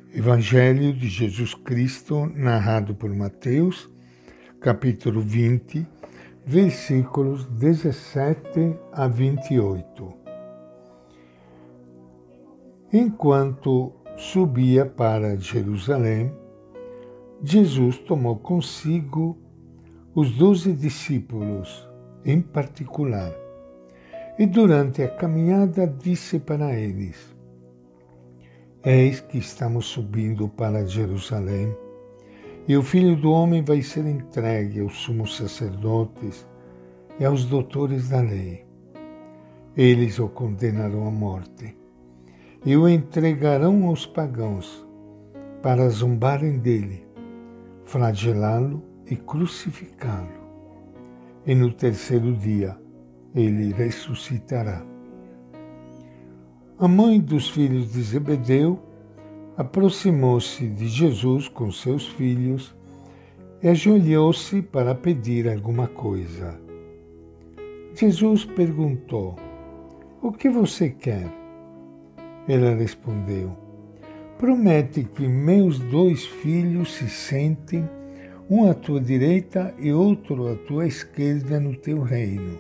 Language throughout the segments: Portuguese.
Evangelho de Jesus Cristo, narrado por Mateus, capítulo 20, versículos 17 a 28. Enquanto subia para Jerusalém, Jesus tomou consigo os 12 discípulos, em particular, e durante a caminhada disse para eles: Eis que estamos subindo para Jerusalém, e o Filho do Homem vai ser entregue aos sumos sacerdotes e aos doutores da lei. Eles o condenarão à morte e o entregarão aos pagãos para zombarem dele, flagelá-lo e crucificá-lo. E no terceiro dia ele ressuscitará. A mãe dos filhos de Zebedeu aproximou-se de Jesus com seus filhos e ajoelhou-se para pedir alguma coisa. Jesus perguntou: O que você quer? Ela respondeu: Promete que meus 2 filhos se sentem, um à tua direita e outro à tua esquerda no teu reino.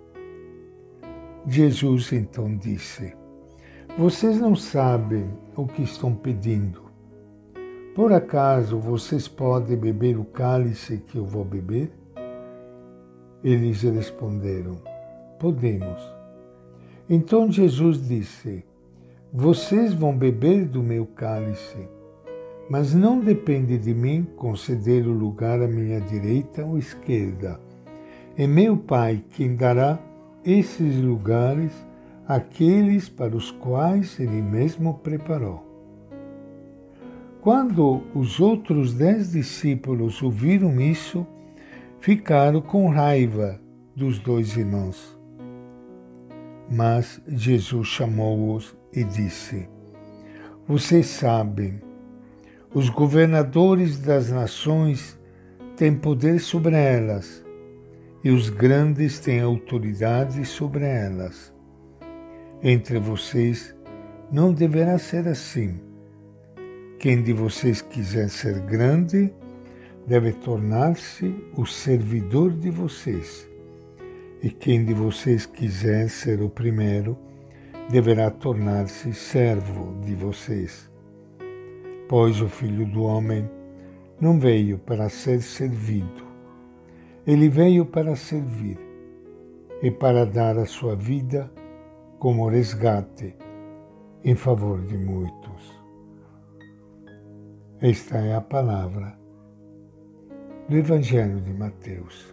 Jesus então disse: Vocês não sabem o que estão pedindo. Por acaso vocês podem beber o cálice que eu vou beber? Eles responderam: Podemos. Então Jesus disse: Vocês vão beber do meu cálice, mas não depende de mim conceder o lugar à minha direita ou esquerda. É meu Pai quem dará esses lugares àqueles para os quais ele mesmo preparou. Quando os outros 10 discípulos ouviram isso, ficaram com raiva dos 2 irmãos. Mas Jesus chamou-os e disse: Vocês sabem, os governadores das nações têm poder sobre elas, e os grandes têm autoridade sobre elas. Entre vocês não deverá ser assim. Quem de vocês quiser ser grande, deve tornar-se o servidor de vocês. E quem de vocês quiser ser o primeiro, deverá tornar-se servo de vocês. Pois o Filho do Homem não veio para ser servido. Ele veio para servir e para dar a sua vida como resgate em favor de muitos. Esta é a palavra do Evangelho de Mateus.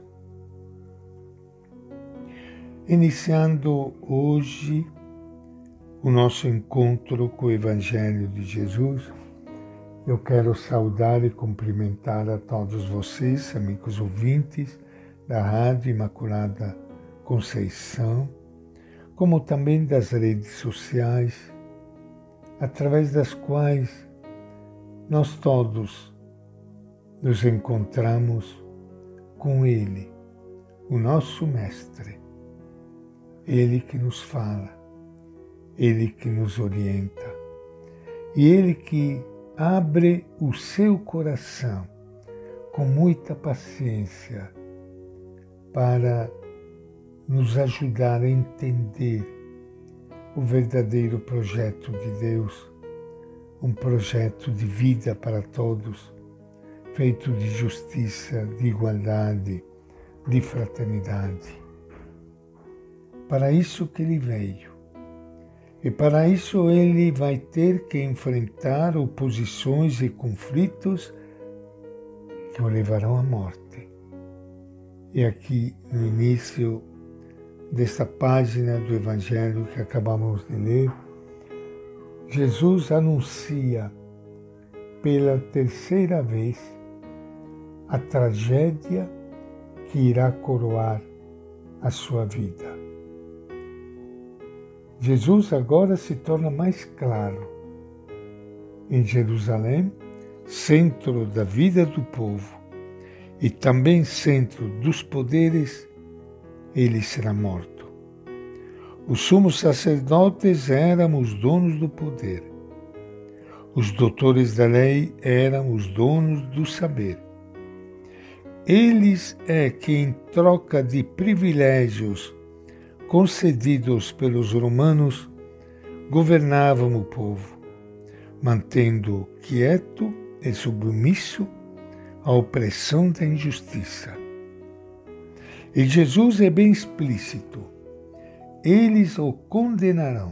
Iniciando hoje o nosso encontro com o Evangelho de Jesus, eu quero saudar e cumprimentar a todos vocês, amigos ouvintes da Rádio Imaculada Conceição, como também das redes sociais, através das quais nós todos nos encontramos com Ele, o nosso Mestre, Ele que nos fala, Ele que nos orienta, e Ele que abre o seu coração com muita paciência para nos ajudar a entender o verdadeiro projeto de Deus, um projeto de vida para todos, feito de justiça, de igualdade, de fraternidade. Para isso que ele veio. E para isso ele vai ter que enfrentar oposições e conflitos que o levarão à morte. E aqui no início desta página do Evangelho que acabamos de ler, Jesus anuncia pela terceira vez a tragédia que irá coroar a sua vida. Jesus agora se torna mais claro. Em Jerusalém, centro da vida do povo e também centro dos poderes, ele será morto. Os sumos sacerdotes eram os donos do poder. Os doutores da lei eram os donos do saber. Eles é que, em troca de privilégios concedidos pelos romanos, governavam o povo, mantendo quieto e submisso à opressão da injustiça. E Jesus é bem explícito: eles o condenarão.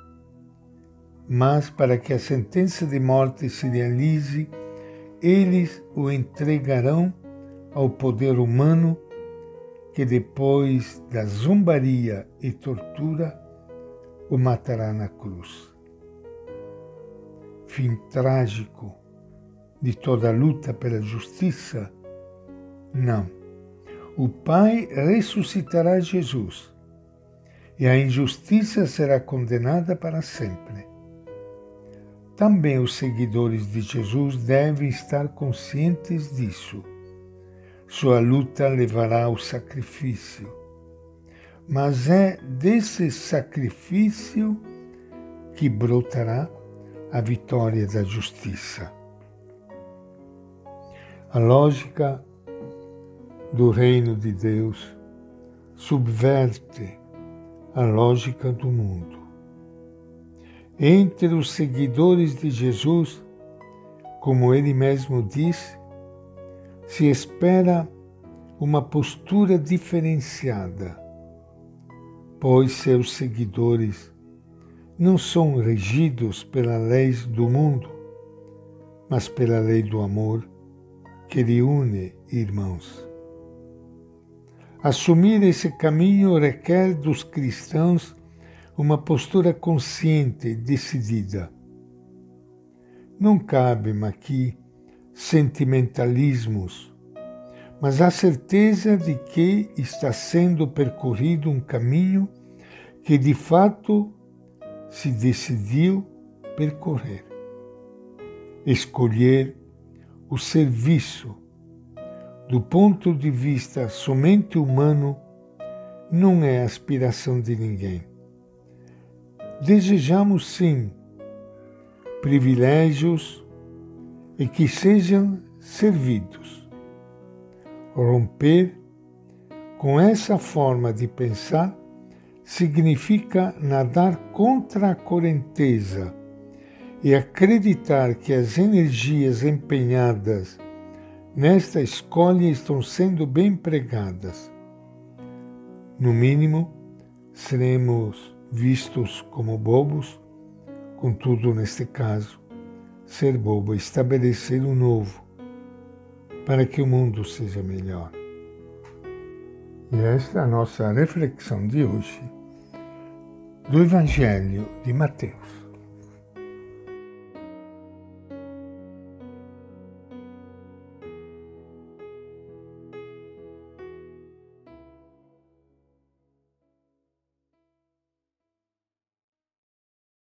Mas, para que a sentença de morte se realize, eles o entregarão ao poder humano, que depois da zombaria e tortura o matará na cruz. Fim trágico de toda a luta pela justiça? Não. O Pai ressuscitará Jesus e a injustiça será condenada para sempre. Também os seguidores de Jesus devem estar conscientes disso. Sua luta levará ao sacrifício, mas é desse sacrifício que brotará a vitória da justiça. A lógica do reino de Deus subverte a lógica do mundo. Entre os seguidores de Jesus, como ele mesmo disse, se espera uma postura diferenciada, pois seus seguidores não são regidos pelas leis do mundo, mas pela lei do amor que reúne irmãos. Assumir esse caminho requer dos cristãos uma postura consciente e decidida. Não cabem aqui sentimentalismos, mas a certeza de que está sendo percorrido um caminho que de fato se decidiu percorrer. Escolher o serviço do ponto de vista somente humano não é aspiração de ninguém. Desejamos, sim, privilégios e que sejam servidos. Romper com essa forma de pensar significa nadar contra a correnteza e acreditar que as energias empenhadas nesta escolha estão sendo bem empregadas. No mínimo, seremos vistos como bobos, contudo, neste caso, ser bobo é estabelecer o novo, para que o mundo seja melhor. E esta é a nossa reflexão de hoje do Evangelho de Mateus.